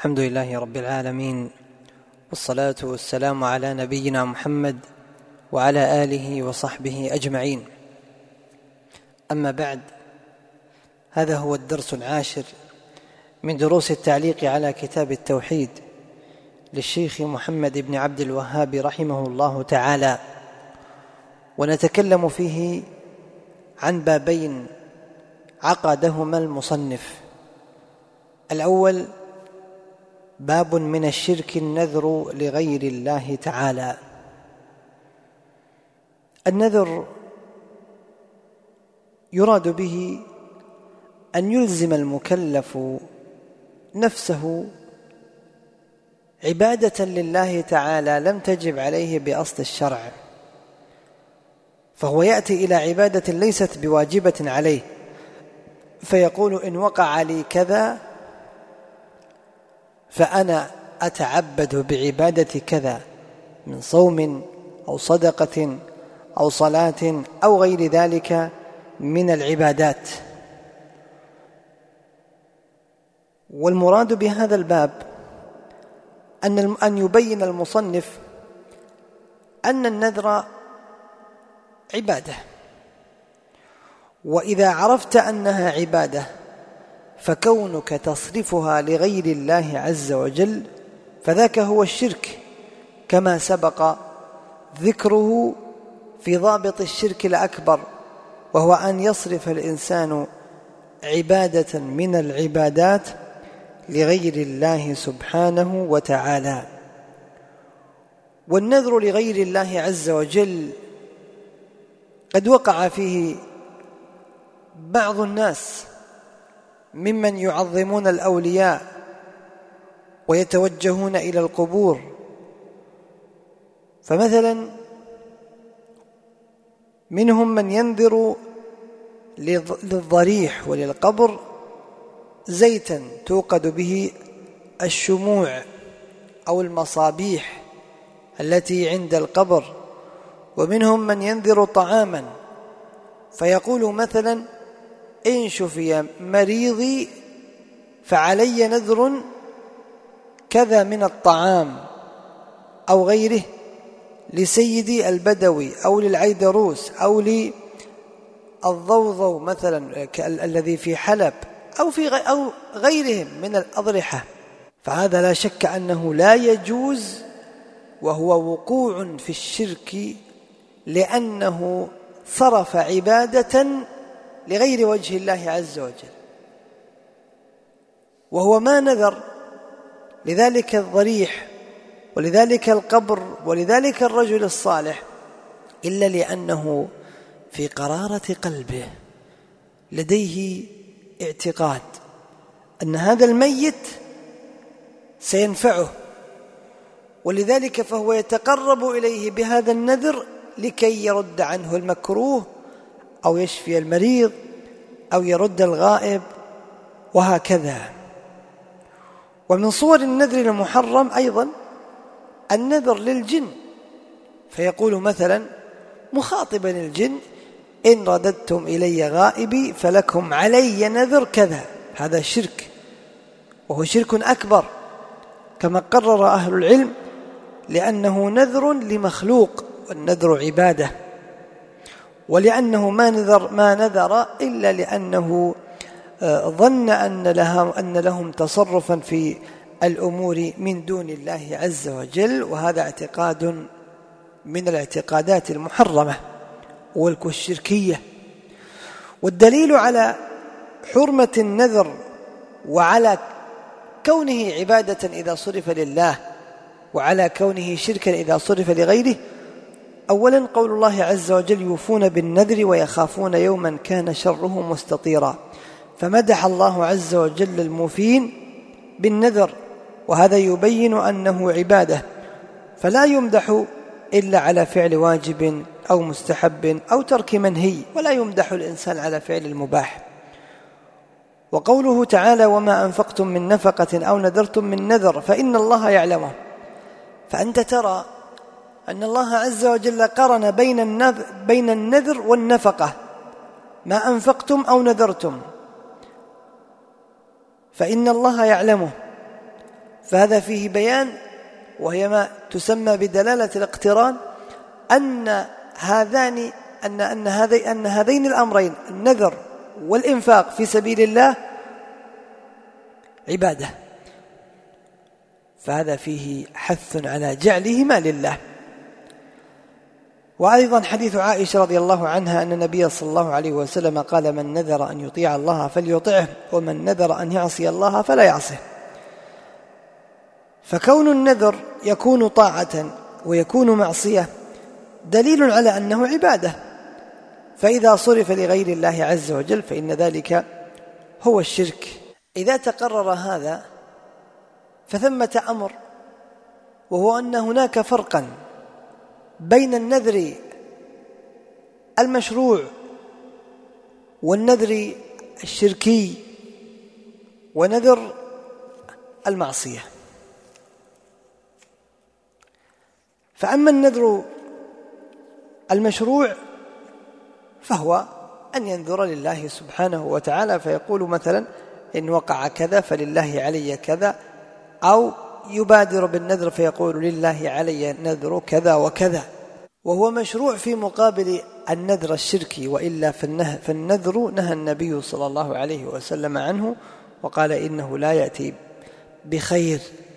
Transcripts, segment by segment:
الحمد لله رب العالمين، والصلاة والسلام على نبينا محمد وعلى آله وصحبه أجمعين. أما بعد، هذا هو الدرس العاشر من دروس التعليق على كتاب التوحيد للشيخ محمد بن عبد الوهاب رحمه الله تعالى، ونتكلم فيه عن بابين عقدهما المصنف. الأول: باب من الشرك النذر لغير الله تعالى. النذر يراد به أن يلزم المكلف نفسه عبادة لله تعالى لم تجب عليه بأصل الشرع، فهو يأتي إلى عبادة ليست بواجبة عليه، فيقول: إن وقع لي كذا فأنا أتعبد بعبادة كذا من صوم أو صدقة أو صلاة أو غير ذلك من العبادات. والمراد بهذا الباب أن يبين المصنف أن النذر عبادة، وإذا عرفت أنها عبادة فكونك تصرفها لغير الله عز وجل فذاك هو الشرك، كما سبق ذكره في ضابط الشرك الأكبر، وهو أن يصرف الإنسان عبادة من العبادات لغير الله سبحانه وتعالى. والنذر لغير الله عز وجل قد وقع فيه بعض الناس ممن يعظمون الأولياء ويتوجهون إلى القبور، فمثلا منهم من ينذر للضريح وللقبر زيتا توقد به الشموع أو المصابيح التي عند القبر، ومنهم من ينذر طعاما فيقول مثلا: إن شفي مريضي فعلي نذر كذا من الطعام أو غيره لسيدي البدوي أو للعيدروس أو للضوضو مثلا الذي في حلب أو غيرهم من الأضرحة. فهذا لا شك أنه لا يجوز، وهو وقوع في الشرك، لأنه صرف عبادة لغير وجه الله عز وجل، وهو ما نذر لذلك الضريح ولذلك القبر ولذلك الرجل الصالح إلا لأنه في قرارة قلبه لديه اعتقاد أن هذا الميت سينفعه، ولذلك فهو يتقرب إليه بهذا النذر لكي يرد عنه المكروه أو يشفي المريض أو يرد الغائب وهكذا. ومن صور النذر المحرم أيضا النذر للجن، فيقول مثلا مخاطبا الجن: إن رددتم إلي غائبي فلكم علي نذر كذا. هذا شرك، وهو شرك أكبر كما قرر أهل العلم، لأنه نذر لمخلوق، والنذر عبادة، ولأنه ما نذر إلا لأنه ظن أن لهم تصرفا في الأمور من دون الله عز وجل، وهذا اعتقاد من الاعتقادات المحرمة والشركية. والدليل على حرمة النذر وعلى كونه عبادة إذا صرف لله وعلى كونه شركا إذا صرف لغيره: أولا قول الله عز وجل: يوفون بالنذر ويخافون يوما كان شره مستطيرا. فمدح الله عز وجل الموفين بالنذر، وهذا يبين أنه عبادة، فلا يمدح إلا على فعل واجب أو مستحب أو ترك منهي، ولا يمدح الإنسان على فعل المباح. وقوله تعالى: وما أنفقتم من نفقة أو نذرتم من نذر فإن الله يعلمه. فأنت ترى أن الله عز وجل قرن بين النذر والنفقة: ما أنفقتم أو نذرتم فإن الله يعلمه. فهذا فيه بيان، وهي ما تسمى بدلالة الاقتران، أن هذين الأمرين النذر والإنفاق في سبيل الله عبادة، فهذا فيه حث على جعلهما لله. وأيضا حديث عائشة رضي الله عنها أن النبي صلى الله عليه وسلم قال: من نذر أن يطيع الله فليطعه، ومن نذر أن يعصي الله فلا يعصه. فكون النذر يكون طاعة ويكون معصية دليل على أنه عبادة، فإذا صرف لغير الله عز وجل فإن ذلك هو الشرك. إذا تقرر هذا فثمة أمر، وهو أن هناك فرقا بين النذر المشروع والنذر الشركي ونذر المعصية. فأما النذر المشروع فهو أن ينذر لله سبحانه وتعالى، فيقول مثلا: إن وقع كذا فلله علي كذا، أو يبادر بالنذر فيقول: لله علي نذر كذا وكذا، وهو مشروع في مقابل النذر الشركي. وإلا فالنذر نهى النبي صلى الله عليه وسلم عنه، وقال: إنه لا يأتي بخير.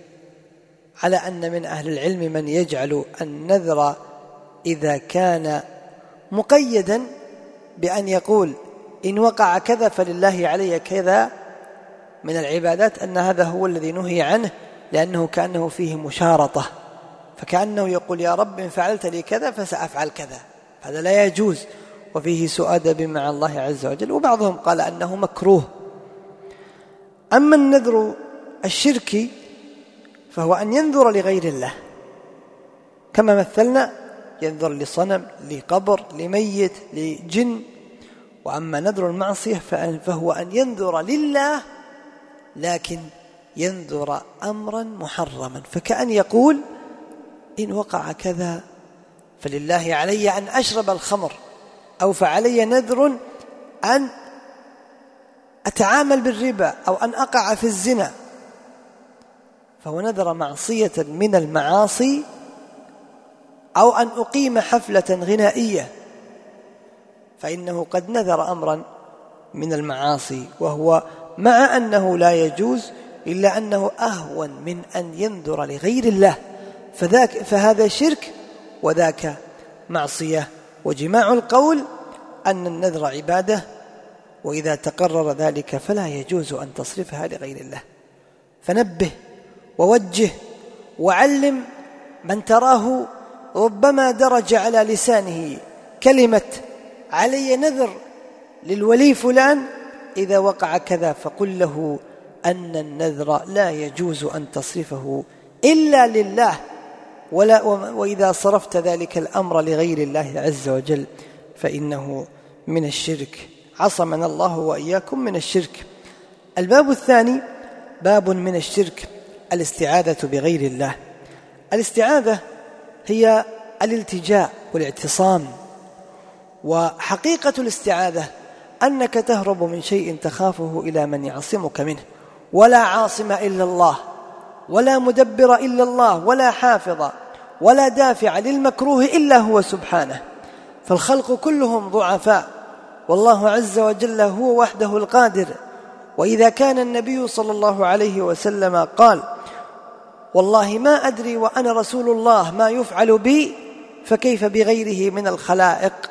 على أن من أهل العلم من يجعل النذر إذا كان مقيدا بأن يقول: إن وقع كذا فلله علي كذا من العبادات، أن هذا هو الذي نهي عنه، لأنه كأنه فيه مشارطة، فكأنه يقول: يا رب إن فعلت لي كذا فسأفعل كذا، هذا لا يجوز، وفيه سوء أدب مع الله عز وجل. وبعضهم قال أنه مكروه. أما النذر الشركي فهو أن ينذر لغير الله، كما مثلنا: ينذر لصنم، لقبر، لميت، لجن. وأما نذر المعصية فهو أن ينذر لله، لكن ينذر أمرا محرما، فكأن يقول: إن وقع كذا فلله علي أن أشرب الخمر، أو فعلي نذر أن أتعامل بالربا، أو أن أقع في الزنا. فهو نذر معصية من المعاصي، أو أن أقيم حفلة غنائية، فإنه قد نذر أمرا من المعاصي، وهو مع أنه لا يجوز إلا أنه أهون من أن ينذر لغير الله، فهذا شرك وذاك معصية. وجماع القول أن النذر عبادة، وإذا تقرر ذلك فلا يجوز أن تصرفها لغير الله. فنبه ووجه وعلم من تراه ربما درج على لسانه كلمة علي نذر للولي فلان، إذا وقع كذا فقل له أن النذر لا يجوز أن تصرفه إلا لله، وإذا صرفت ذلك الأمر لغير الله عز وجل فإنه من الشرك. عصمنا الله وإياكم من الشرك. الباب الثاني باب من الشرك: الاستعاذة بغير الله. الاستعاذة هي الالتجاء والاعتصام، وحقيقة الاستعاذة أنك تهرب من شيء تخافه إلى من يعصمك منه، ولا عاصم إلا الله، ولا مدبر إلا الله، ولا حافظ ولا دافع للمكروه إلا هو سبحانه. فالخلق كلهم ضعفاء، والله عز وجل هو وحده القادر. وإذا كان النبي صلى الله عليه وسلم قال: والله ما أدري وأنا رسول الله ما يفعل بي، فكيف بغيره من الخلائق؟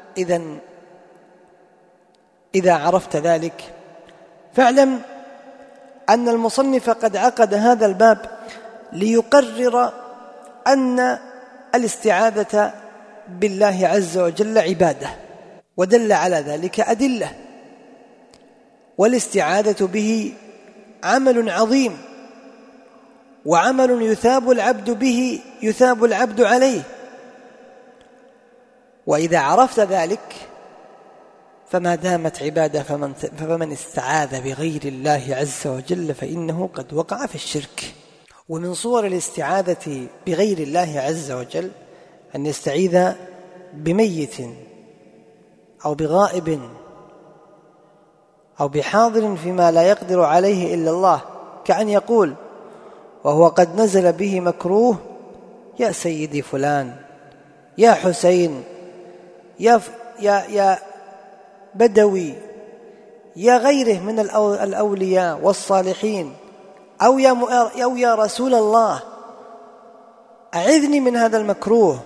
إذا عرفت ذلك فاعلم أن المصنف قد عقد هذا الباب ليقرر أن الاستعاذة بالله عز وجل عبادة، ودل على ذلك أدلة. والاستعاذة به عمل عظيم، وعمل يثاب العبد به، يثاب العبد عليه. وإذا عرفت ذلك فما دامت عبادة فمن استعاذ بغير الله عز وجل فإنه قد وقع في الشرك. ومن صور الاستعاذة بغير الله عز وجل أن يستعيذ بميت أو بغائب أو بحاضر فيما لا يقدر عليه إلا الله، كأن يقول: وهو قد نزل به مكروه، يا سيدي فلان، يا حسين، يا بدوي، يا غيره من الأولياء والصالحين، أو يا رسول الله، أعذني من هذا المكروه.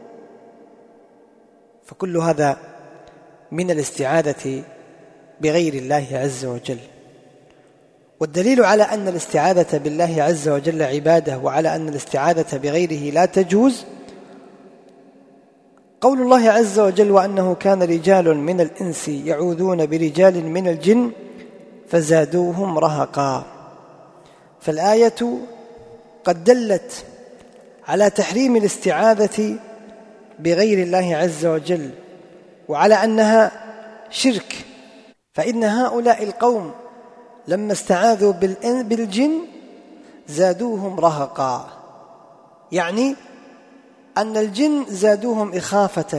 فكل هذا من الاستعاذة بغير الله عز وجل. والدليل على أن الاستعاذة بالله عز وجل عبادة، وعلى أن الاستعاذة بغيره لا تجوز، قول الله عز وجل: وأنه كان رجال من الإنس يعوذون برجال من الجن فزادوهم رهقا. فالآية قد دلت على تحريم الاستعاذة بغير الله عز وجل، وعلى أنها شرك. فإن هؤلاء القوم لما استعاذوا بالجن زادوهم رهقا، يعني أن الجن زادوهم إخافة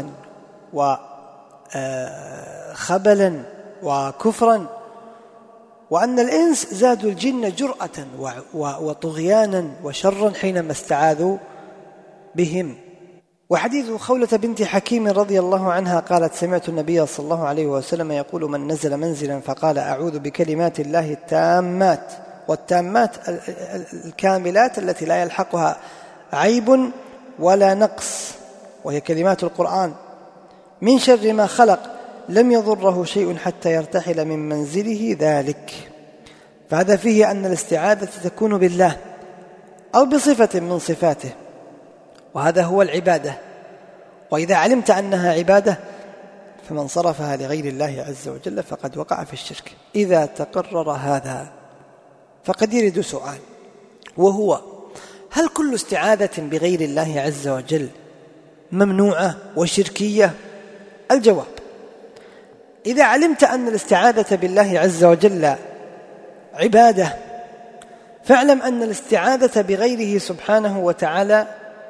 وخبلا وكفرا، وأن الإنس زادوا الجن جرأة وطغيانا وشرا حينما استعاذوا بهم. وحديث خولة بنت حكيم رضي الله عنها قالت: سمعت النبي صلى الله عليه وسلم يقول: من نزل منزلا فقال أعوذ بكلمات الله التامات، والتامات الكاملات التي لا يلحقها عيب ولا نقص، وهي كلمات القرآن، من شر ما خلق لم يضره شيء حتى يرتحل من منزله ذلك. فهذا فيه أن الاستعاذة تكون بالله أو بصفة من صفاته، وهذا هو العبادة. وإذا علمت أنها عبادة فمن صرفها لغير الله عز وجل فقد وقع في الشرك. إذا تقرر هذا فقد يرد سؤال، وهو: هل كل استعاذة بغير الله عز وجل ممنوعة وشركية؟ الجواب: إذا علمت أن الاستعاذة بالله عز وجل عبادة فاعلم أن الاستعاذة بغيره سبحانه وتعالى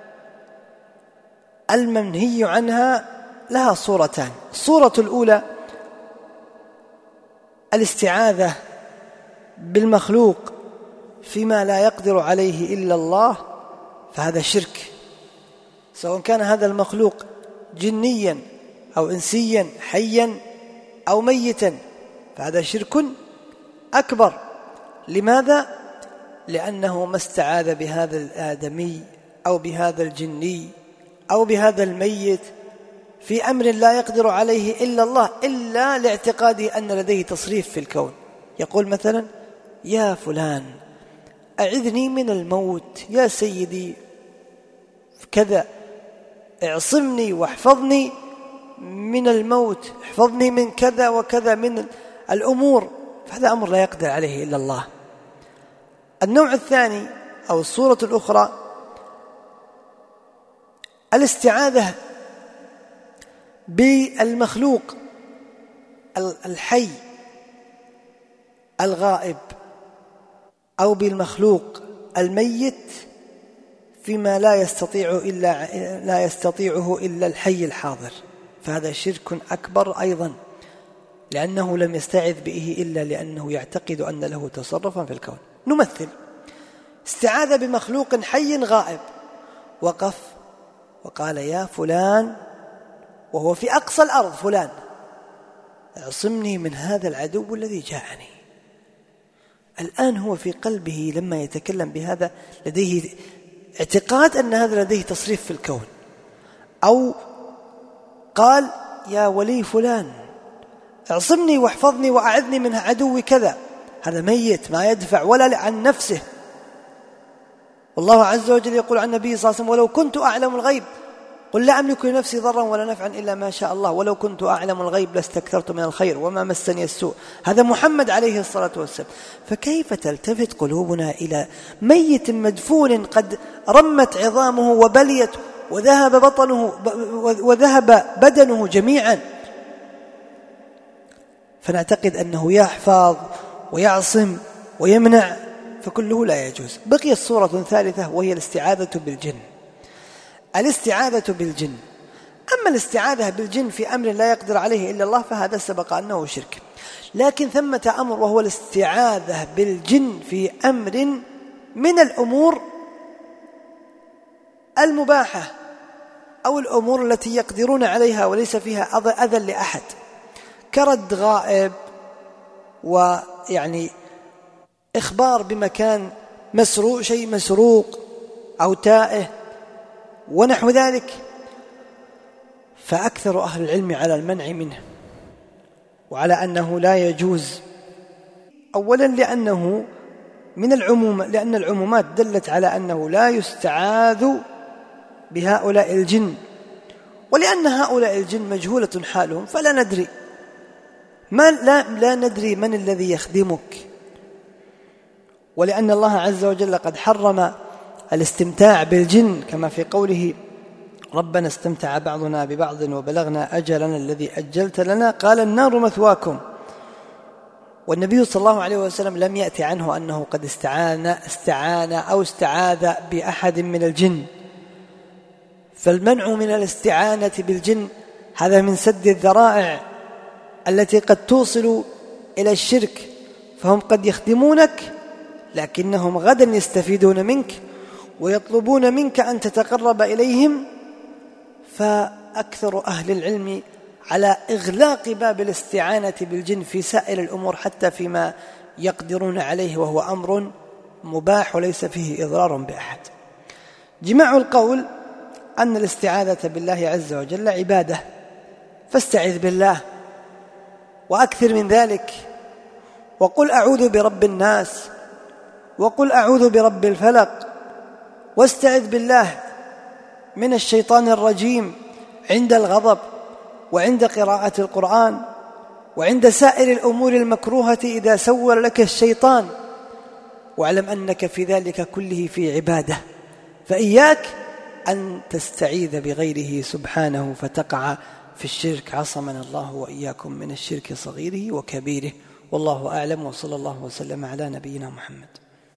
المنهي عنها لها صورتان. الصورة الأولى الاستعاذة بالمخلوق فيما لا يقدر عليه إلا الله، فهذا شرك، سواء كان هذا المخلوق جنيا أو إنسيا حيا أو ميتا، فهذا شرك أكبر. لماذا؟ لأنه ما استعاذ بهذا الآدمي أو بهذا الجني أو بهذا الميت في أمر لا يقدر عليه إلا الله، إلا لاعتقاده أن لديه تصريف في الكون. يقول مثلا: يا فلان أعذني من الموت، يا سيدي كذا، اعصمني واحفظني من الموت، احفظني من كذا وكذا من الأمور، فهذا أمر لا يقدر عليه إلا الله. النوع الثاني أو الصورة الأخرى الاستعاذة بالمخلوق الحي الغائب أو بالمخلوق الميت فيما لا يستطيعه إلا الحي الحاضر، فهذا شرك أكبر أيضا، لأنه لم يستعذ به إلا لأنه يعتقد أن له تصرفا في الكون. نمثل: استعاذ بمخلوق حي غائب، وقف وقال: يا فلان، وهو في أقصى الأرض، فلان اعصمني من هذا العدو الذي جاءني. الآن هو في قلبه لما يتكلم بهذا لديه اعتقاد أن هذا لديه تصريف في الكون، أو قال: يا ولي فلان اعصمني واحفظني وأعذني من عدو كذا، هذا ميت ما يدفع ولا عن نفسه. والله عز وجل يقول عن النبي صلى الله عليه وسلم: ولو كنت أعلم الغيب قل لا أملك لنفسي ضرا ولا نفعا إلا ما شاء الله، ولو كنت أعلم الغيب لاستكثرت من الخير وما مسني السوء. هذا محمد عليه الصلاة والسلام. فكيف تلتفت قلوبنا إلى ميت مدفون قد رمت عظامه وبليت وذهب بطنه وذهب بدنه جميعا، فنعتقد أنه يحفظ ويعصم ويمنع، فكله لا يجوز. بقيت صورة ثالثة وهي الاستعاذة بالجن. الاستعاذة بالجن، أما الاستعاذة بالجن في أمر لا يقدر عليه إلا الله فهذا سبق أنه شرك، لكن ثمة أمر وهو الاستعاذة بالجن في أمر من الأمور المباحة أو الأمور التي يقدرون عليها وليس فيها أذى لأحد، كرد غائب، ويعني إخبار بمكان مسروق، شيء مسروق أو تائه ونحو ذلك، فأكثر أهل العلم على المنع منه وعلى أنه لا يجوز. أولا لأنه من العموم، لأن العمومات دلت على أنه لا يستعاذ بهؤلاء الجن، ولأن هؤلاء الجن مجهولة حالهم فلا ندري لا ندري من الذي يخدمك، ولأن الله عز وجل قد حرم الاستمتاع بالجن كما في قوله ربنا استمتع بعضنا ببعض وبلغنا أجلنا الذي أجلت لنا قال النار مثواكم. والنبي صلى الله عليه وسلم لم يأتي عنه أنه قد استعان أو استعاذ بأحد من الجن، فالمنع من الاستعانة بالجن هذا من سد الذرائع التي قد توصل إلى الشرك، فهم قد يخدمونك لكنهم غدا يستفيدون منك ويطلبون منك أن تتقرب إليهم. فأكثر أهل العلم على إغلاق باب الاستعانة بالجن في سائر الأمور حتى فيما يقدرون عليه، وهو أمر مباح وليس فيه إضرار بأحد. جماع القول أن الاستعاذة بالله عز وجل عبادة، فاستعذ بالله وأكثر من ذلك، وقل أعوذ برب الناس، وقل أعوذ برب الفلق، واستعذ بالله من الشيطان الرجيم عند الغضب وعند قراءة القرآن وعند سائر الأمور المكروهة إذا سول لك الشيطان، واعلم أنك في ذلك كله في عبادة، فإياك أن تستعيذ بغيره سبحانه فتقع في الشرك، عصمنا الله وإياكم من الشرك صغيره وكبيره، والله أعلم، وصلى الله وسلم على نبينا محمد.